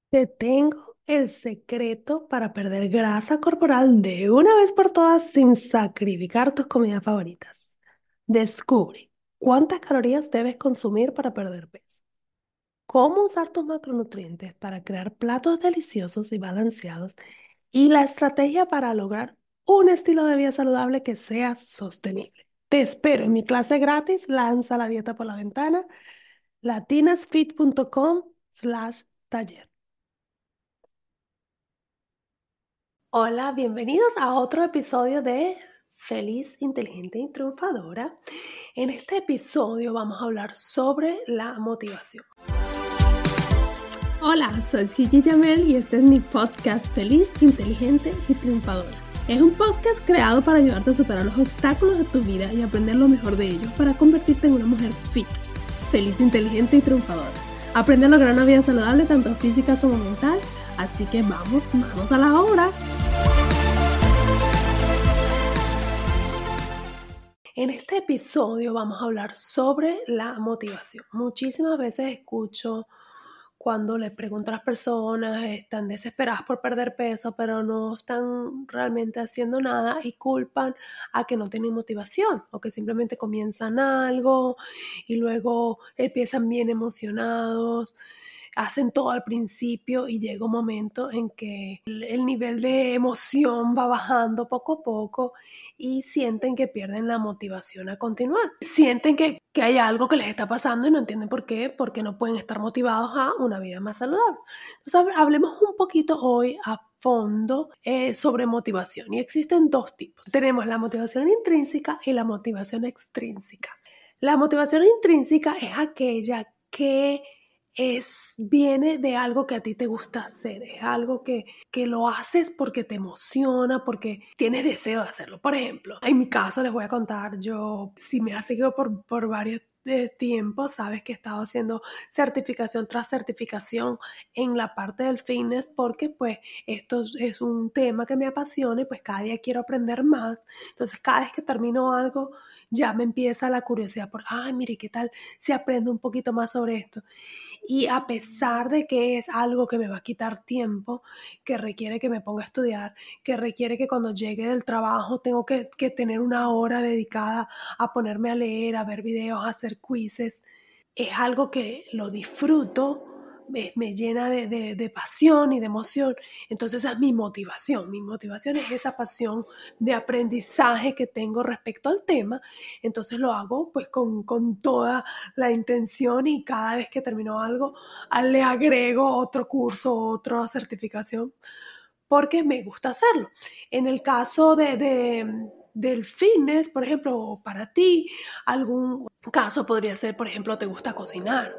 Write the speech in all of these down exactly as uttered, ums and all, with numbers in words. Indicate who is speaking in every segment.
Speaker 1: Te tengo el secreto para perder grasa corporal de una vez por todas sin sacrificar tus comidas favoritas. Descubre cuántas calorías debes consumir para perder peso, cómo usar tus macronutrientes para crear platos deliciosos y balanceados y la estrategia para lograr un estilo de vida saludable que sea sostenible. Te espero en mi clase gratis, Lanza la dieta por la ventana, latinasfit punto com slash taller. Hola, bienvenidos a otro episodio de Feliz, Inteligente y Triunfadora. En este episodio vamos a hablar sobre la motivación. Hola, soy Gigi Jamel y este es mi podcast Feliz, Inteligente y Triunfadora. Es un podcast creado para ayudarte a superar los obstáculos de tu vida y aprender lo mejor de ellos para convertirte en una mujer fit, feliz, inteligente y triunfadora. Aprende a lograr una vida saludable tanto física como mental, así que vamos, vamos a la obra. En este episodio vamos a hablar sobre la motivación. Muchísimas veces escucho cuando les pregunto a las personas, están desesperadas por perder peso, pero no están realmente haciendo nada y culpan a que no tienen motivación o que simplemente comienzan algo y luego empiezan bien emocionados, hacen todo al principio y llega un momento en que el nivel de emoción va bajando poco a poco y sienten que pierden la motivación a continuar. Sienten que, que hay algo que les está pasando y no entienden por qué, porque no pueden estar motivados a una vida más saludable. Entonces, hablemos un poquito hoy a fondo eh, sobre motivación. Y existen dos tipos. Tenemos la motivación intrínseca y la motivación extrínseca. La motivación intrínseca es aquella que es, viene de algo que a ti te gusta hacer, es algo que, que lo haces porque te emociona, porque tienes deseo de hacerlo. Por ejemplo, en mi caso les voy a contar, yo, si me has seguido por, por varios de tiempo, sabes que he estado haciendo certificación tras certificación en la parte del fitness porque pues esto es un tema que me apasiona y pues cada día quiero aprender más. Entonces cada vez que termino algo ya me empieza la curiosidad por, ay, mire, ¿qué tal si aprendo un poquito más sobre esto? Y a pesar de que es algo que me va a quitar tiempo, que requiere que me ponga a estudiar, que requiere que cuando llegue del trabajo tengo que, que tener una hora dedicada a ponerme a leer, a ver videos, a hacer quizzes, es algo que lo disfruto, me, me llena de, de, de pasión y de emoción. Entonces esa es mi motivación. Mi motivación es esa pasión de aprendizaje que tengo respecto al tema. Entonces lo hago pues con, con toda la intención y cada vez que termino algo le agrego otro curso, otra certificación porque me gusta hacerlo. En el caso de, de, del fitness, por ejemplo, para ti, algún caso podría ser, por ejemplo, te gusta cocinar.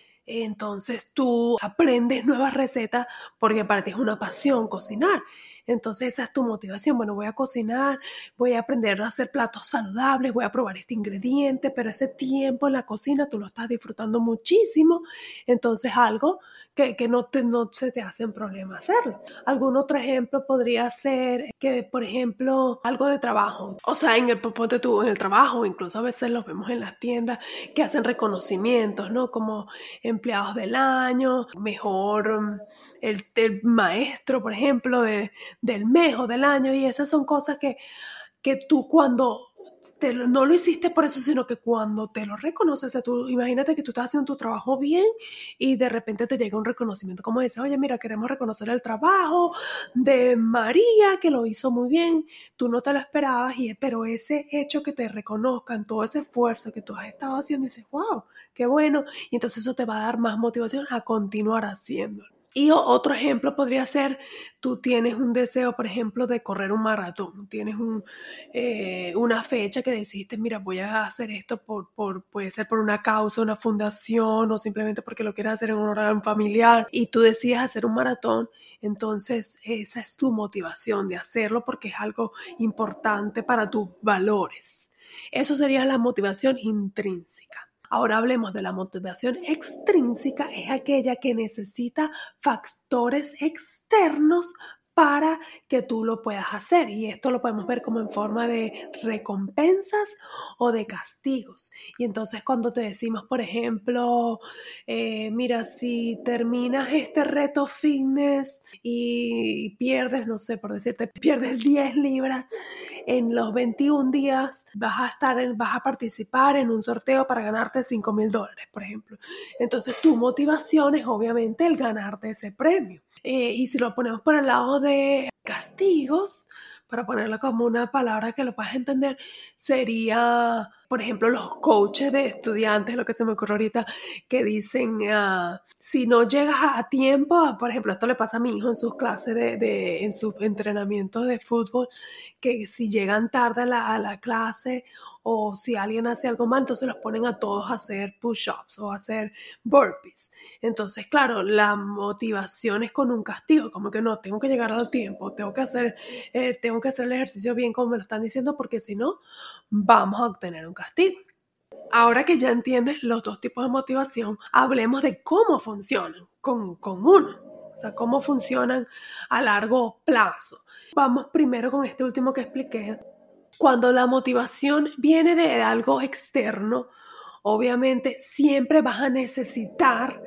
Speaker 1: Entonces tú aprendes nuevas recetas porque para ti es una pasión cocinar. Entonces esa es tu motivación. Bueno, voy a cocinar, voy a aprender a hacer platos saludables, voy a probar este ingrediente, pero ese tiempo en la cocina tú lo estás disfrutando muchísimo. Entonces algo que, que no, te, no se te hacen problema hacerlo. Algún otro ejemplo podría ser que, por ejemplo, algo de trabajo. O sea, en el ponte tú, en el trabajo, incluso a veces los vemos en las tiendas que hacen reconocimientos, ¿no? Como empleados del año, mejor el, el maestro, por ejemplo, de, del mes o del año. Y esas son cosas que, que tú cuando te lo, no lo hiciste por eso, sino que cuando te lo reconoces, o sea, tú imagínate que tú estás haciendo tu trabajo bien y de repente te llega un reconocimiento como ese, oye, mira, queremos reconocer el trabajo de María, que lo hizo muy bien, tú no te lo esperabas, y, pero ese hecho que te reconozcan, todo ese esfuerzo que tú has estado haciendo, dices, wow, qué bueno, y entonces eso te va a dar más motivación a continuar haciéndolo. Y otro ejemplo podría ser, tú tienes un deseo, por ejemplo, de correr un maratón, tienes un, eh, una fecha que decidiste, mira, voy a hacer esto, por, por, puede ser por una causa, una fundación o simplemente porque lo quieres hacer en un órgano familiar y tú decides hacer un maratón, entonces esa es tu motivación de hacerlo porque es algo importante para tus valores. Eso sería la motivación intrínseca. Ahora hablemos de la motivación extrínseca, es aquella que necesita factores externos para que tú lo puedas hacer. Y esto lo podemos ver como en forma de recompensas o de castigos. Y entonces cuando te decimos, por ejemplo, eh, mira, si terminas este reto fitness y pierdes, no sé, por decirte, pierdes diez libras en los veintiún días, vas a estar en, vas a participar en un sorteo para ganarte cinco mil dólares, por ejemplo. Entonces tu motivación es obviamente el ganarte ese premio. Eh, y si lo ponemos por el lado de castigos, para ponerlo como una palabra que lo puedas entender, sería, por ejemplo, los coaches de estudiantes, lo que se me ocurre ahorita, que dicen, uh, si no llegas a tiempo, por ejemplo, esto le pasa a mi hijo en sus clases, de, de en sus entrenamientos de fútbol, que si llegan tarde a la, a la clase o si alguien hace algo mal, entonces los ponen a todos a hacer push-ups o a hacer burpees. Entonces, claro, la motivación es con un castigo, como que no, tengo que llegar al tiempo, tengo que hacer, eh, tengo que hacer el ejercicio bien como me lo están diciendo, porque si no, vamos a obtener un castigo. Ahora que ya entiendes los dos tipos de motivación, hablemos de cómo funcionan con, con uno, o sea, cómo funcionan a largo plazo. Vamos primero con este último que expliqué. Cuando la motivación viene de algo externo, obviamente siempre vas a necesitar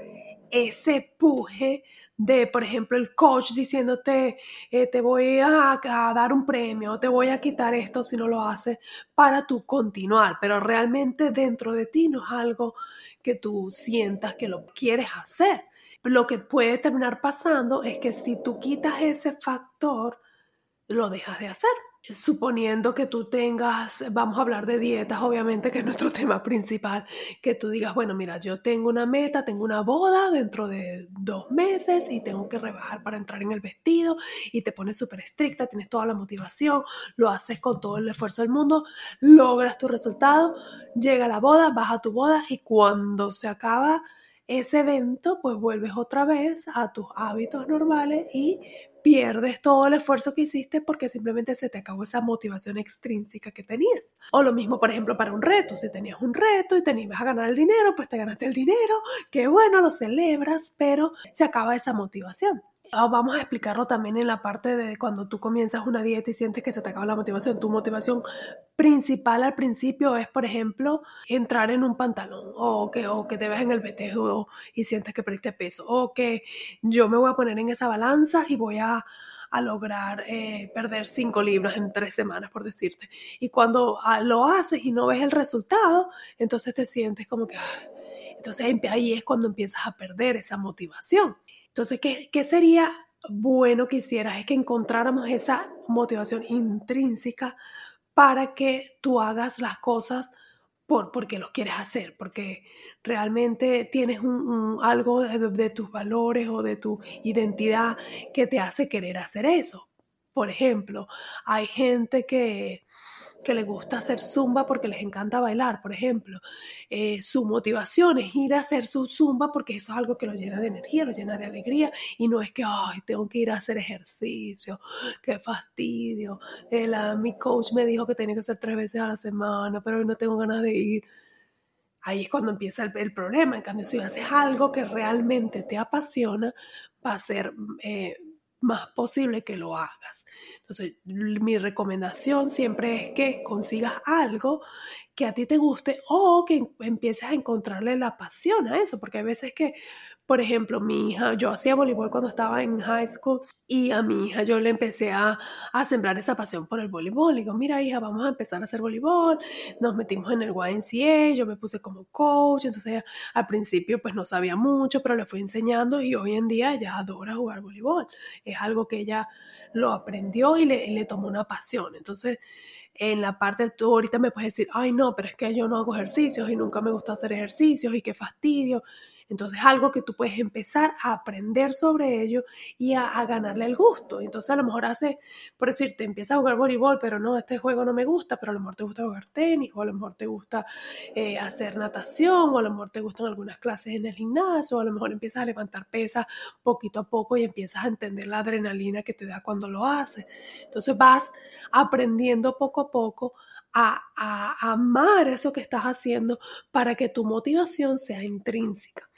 Speaker 1: ese puje de, por ejemplo, el coach diciéndote, eh, te voy a, a dar un premio, te voy a quitar esto si no lo haces, para tú continuar, pero realmente dentro de ti no es algo que tú sientas que lo quieres hacer. Lo que puede terminar pasando es que si tú quitas ese factor, lo dejas de hacer. Suponiendo que tú tengas, vamos a hablar de dietas, obviamente, que es nuestro tema principal, que tú digas, bueno, mira, yo tengo una meta, tengo una boda dentro de dos meses y tengo que rebajar para entrar en el vestido, y te pones súper estricta, tienes toda la motivación, lo haces con todo el esfuerzo del mundo, logras tu resultado, llega la boda, vas a tu boda y cuando se acaba ese evento, pues vuelves otra vez a tus hábitos normales y pierdes todo el esfuerzo que hiciste porque simplemente se te acabó esa motivación extrínseca que tenías. O lo mismo, por ejemplo, para un reto. Si tenías un reto y te ibas a ganar el dinero, pues te ganaste el dinero, qué bueno, lo celebras, pero se acaba esa motivación. Vamos a explicarlo también en la parte de cuando tú comienzas una dieta y sientes que se te acaba la motivación. Tu motivación principal al principio es, por ejemplo, entrar en un pantalón o que, o que te veas en el espejo y sientes que perdiste peso, o que yo me voy a poner en esa balanza y voy a, a lograr eh, perder cinco libras en tres semanas, por decirte. Y cuando ah, lo haces y no ves el resultado, entonces te sientes como que... Ah, entonces ahí es cuando empiezas a perder esa motivación. Entonces, ¿qué, qué sería bueno que hicieras? Es que encontráramos esa motivación intrínseca para que tú hagas las cosas por, porque lo quieres hacer, porque realmente tienes un, un, algo de, de tus valores o de tu identidad que te hace querer hacer eso. Por ejemplo, hay gente que que les gusta hacer zumba porque les encanta bailar, por ejemplo. Eh, su motivación es ir a hacer su zumba porque eso es algo que los llena de energía, los llena de alegría, y no es que, ay, tengo que ir a hacer ejercicio, qué fastidio. Eh, la, mi coach me dijo que tenía que hacer tres veces a la semana, pero hoy no tengo ganas de ir. Ahí es cuando empieza el, el problema. En cambio, si haces algo que realmente te apasiona, va a ser eh, más posible que lo hagas. Entonces, mi recomendación siempre es que consigas algo que a ti te guste o que empieces a encontrarle la pasión a eso, porque hay veces que, por ejemplo, mi hija, yo hacía voleibol cuando estaba en high school y a mi hija yo le empecé a, a sembrar esa pasión por el voleibol. Le digo, mira hija, vamos a empezar a hacer voleibol. Nos metimos en el Y M C A, yo me puse como coach, entonces al principio pues no sabía mucho, pero le fui enseñando y hoy en día ella adora jugar voleibol. Es algo que ella lo aprendió y le, y le tomó una pasión. Entonces, en la parte, tú ahorita me puedes decir, ay no, pero es que yo no hago ejercicios y nunca me gusta hacer ejercicios y qué fastidio. Entonces, algo que tú puedes empezar a aprender sobre ello y a, a ganarle el gusto. Entonces, a lo mejor hace, por decir, te empiezas a jugar voleibol, pero no, este juego no me gusta, pero a lo mejor te gusta jugar tenis, o a lo mejor te gusta eh, hacer natación, o a lo mejor te gustan algunas clases en el gimnasio, o a lo mejor empiezas a levantar pesas poquito a poco y empiezas a entender la adrenalina que te da cuando lo haces. Entonces, vas aprendiendo poco a poco a, a, a amar eso que estás haciendo para que tu motivación sea intrínseca.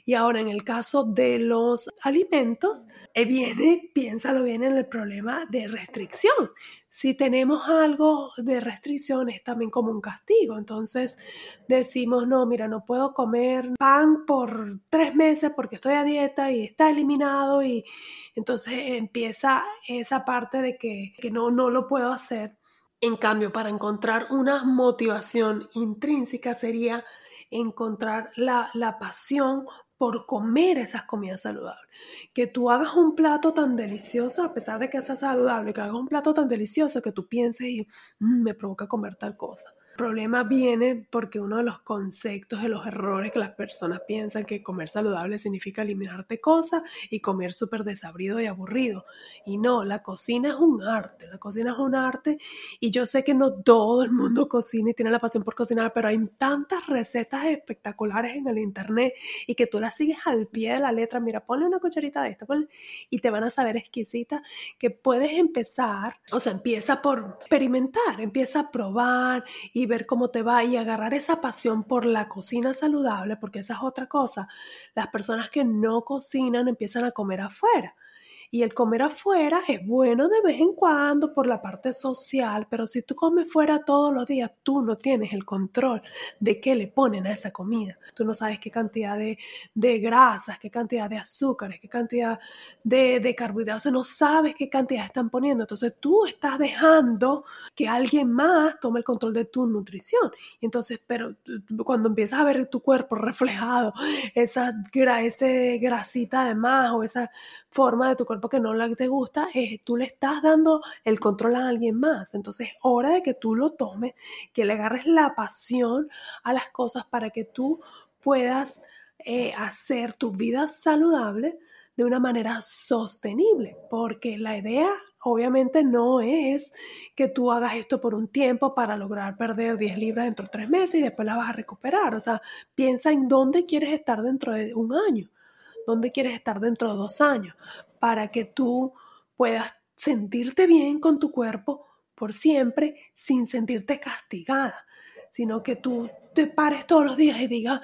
Speaker 1: Y ahora en el caso de los alimentos, eh, viene, piénsalo bien en el problema de restricción. Si tenemos algo de restricción es también como un castigo. Entonces decimos, no, mira, no puedo comer pan por tres meses porque estoy a dieta y está eliminado, y entonces empieza esa parte de que, que no, no lo puedo hacer. En cambio, para encontrar una motivación intrínseca sería encontrar la, la pasión por comer esas comidas saludables. Que tú hagas un plato tan delicioso, a pesar de que sea saludable, que hagas un plato tan delicioso que tú pienses y mmm, me provoca comer tal cosa. El problema viene porque uno de los conceptos, de los errores que las personas piensan, que comer saludable significa eliminarte cosas y comer súper desabrido y aburrido. Y no, la cocina es un arte, la cocina es un arte, y yo sé que no todo el mundo cocina y tiene la pasión por cocinar, pero hay tantas recetas espectaculares en el internet y que tú las sigues al pie de la letra. Mira, ponle una cucharita de esta, ponle, y te van a saber exquisita, que puedes empezar, o sea, empieza por experimentar, empieza a probar y ver cómo te va y agarrar esa pasión por la cocina saludable, porque esa es otra cosa. Las personas que no cocinan empiezan a comer afuera. Y el comer afuera es bueno de vez en cuando por la parte social, pero si tú comes fuera todos los días, tú no tienes el control de qué le ponen a esa comida. Tú no sabes qué cantidad de, de grasas, qué cantidad de azúcares, qué cantidad de, de carbohidratos, no sabes qué cantidad están poniendo. Entonces tú estás dejando que alguien más tome el control de tu nutrición. Y entonces, pero cuando empiezas a ver tu cuerpo reflejado, esa, ese grasita de más o esa forma de tu cuerpo que no la te gusta, es, tú le estás dando el control a alguien más. Entonces es hora de que tú lo tomes, que le agarres la pasión a las cosas para que tú puedas eh, hacer tu vida saludable de una manera sostenible, porque la idea obviamente no es que tú hagas esto por un tiempo para lograr perder diez libras dentro de tres meses y después la vas a recuperar. O sea, piensa en dónde quieres estar dentro de un año, dónde quieres estar dentro de dos años, para que tú puedas sentirte bien con tu cuerpo por siempre sin sentirte castigada, sino que tú te pares todos los días y digas,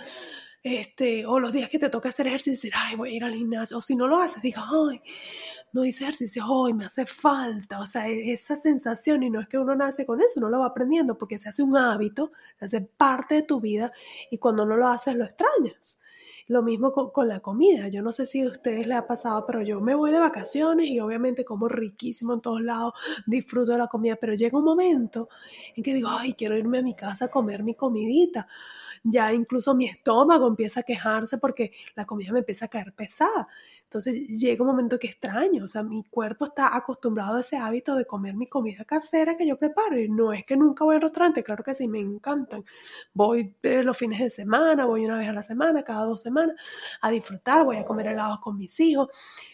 Speaker 1: este, o los días que te toca hacer ejercicio, ay, voy a ir al gimnasio, o si no lo haces, digas, ay, no hice ejercicio hoy, me hace falta. O sea, esa sensación, y no es que uno nace con eso, uno lo va aprendiendo porque se hace un hábito, se hace parte de tu vida, y cuando no lo haces lo extrañas. Lo mismo con, con la comida. Yo no sé si a ustedes les ha pasado, pero yo me voy de vacaciones y obviamente como riquísimo en todos lados, disfruto de la comida, pero llega un momento en que digo, ay, quiero irme a mi casa a comer mi comidita. Ya incluso mi estómago empieza a quejarse porque la comida me empieza a caer pesada. Entonces llega un momento que extraño, o sea, mi cuerpo está acostumbrado a ese hábito de comer mi comida casera que yo preparo, y no es que nunca voy al restaurante, claro que sí, me encantan. Voy eh, los fines de semana, voy una vez a la semana, cada dos semanas, a disfrutar, voy a comer helados con mis hijos,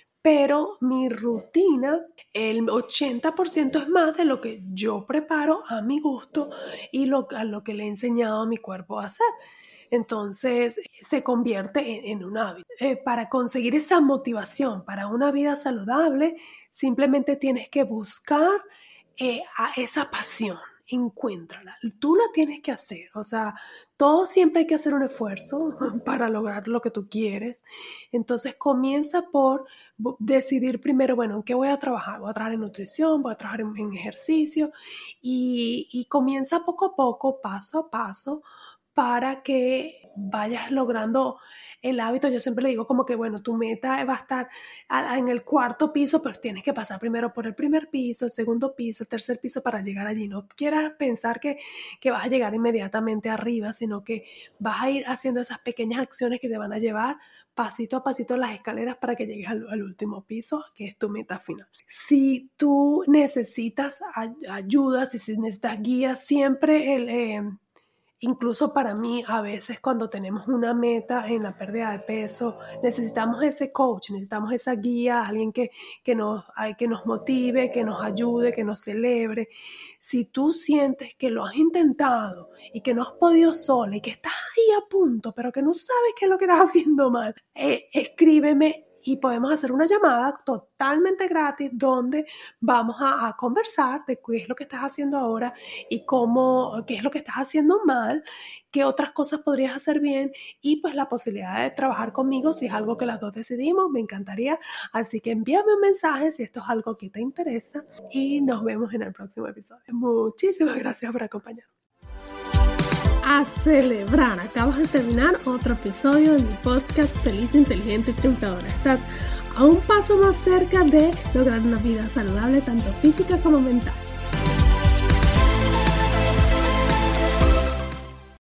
Speaker 1: pero mi rutina, el ochenta por ciento es más de lo que yo preparo a mi gusto y lo, a lo que le he enseñado a mi cuerpo a hacer. Entonces se convierte en, en un hábito. Eh, para conseguir esa motivación para una vida saludable, simplemente tienes que buscar eh, a esa pasión. Encuéntrala, tú la tienes que hacer. O sea, todo siempre hay que hacer un esfuerzo para lograr lo que tú quieres. Entonces comienza por decidir primero, bueno, ¿en qué voy a trabajar? Voy a trabajar en nutrición, voy a trabajar en, en ejercicio, y, y comienza poco a poco, paso a paso, para que vayas logrando el hábito. Yo siempre le digo como que, bueno, tu meta va a estar a, a, en el cuarto piso, pero tienes que pasar primero por el primer piso, el segundo piso, el tercer piso para llegar allí. No quieras pensar que, que vas a llegar inmediatamente arriba, sino que vas a ir haciendo esas pequeñas acciones que te van a llevar pasito a pasito las escaleras para que llegues al, al último piso, que es tu meta final. Si tú necesitas ay- ayuda, si, si necesitas guía, siempre el... Eh, Incluso para mí, a veces cuando tenemos una meta en la pérdida de peso, necesitamos ese coach, necesitamos esa guía, alguien que, que, nos, que nos motive, que nos ayude, que nos celebre. Si tú sientes que lo has intentado y que no has podido sola y que estás ahí a punto, pero que no sabes qué es lo que estás haciendo mal, eh, escríbeme y podemos hacer una llamada totalmente gratis donde vamos a, a conversar de qué es lo que estás haciendo ahora y cómo, qué es lo que estás haciendo mal, qué otras cosas podrías hacer bien y pues la posibilidad de trabajar conmigo si es algo que las dos decidimos, me encantaría. Así que envíame un mensaje si esto es algo que te interesa y nos vemos en el próximo episodio. Muchísimas gracias por acompañarme. A celebrar, acabas de terminar otro episodio de mi podcast Feliz, Inteligente y Triunfadora. Estás a un paso más cerca de lograr una vida saludable, tanto física como mental.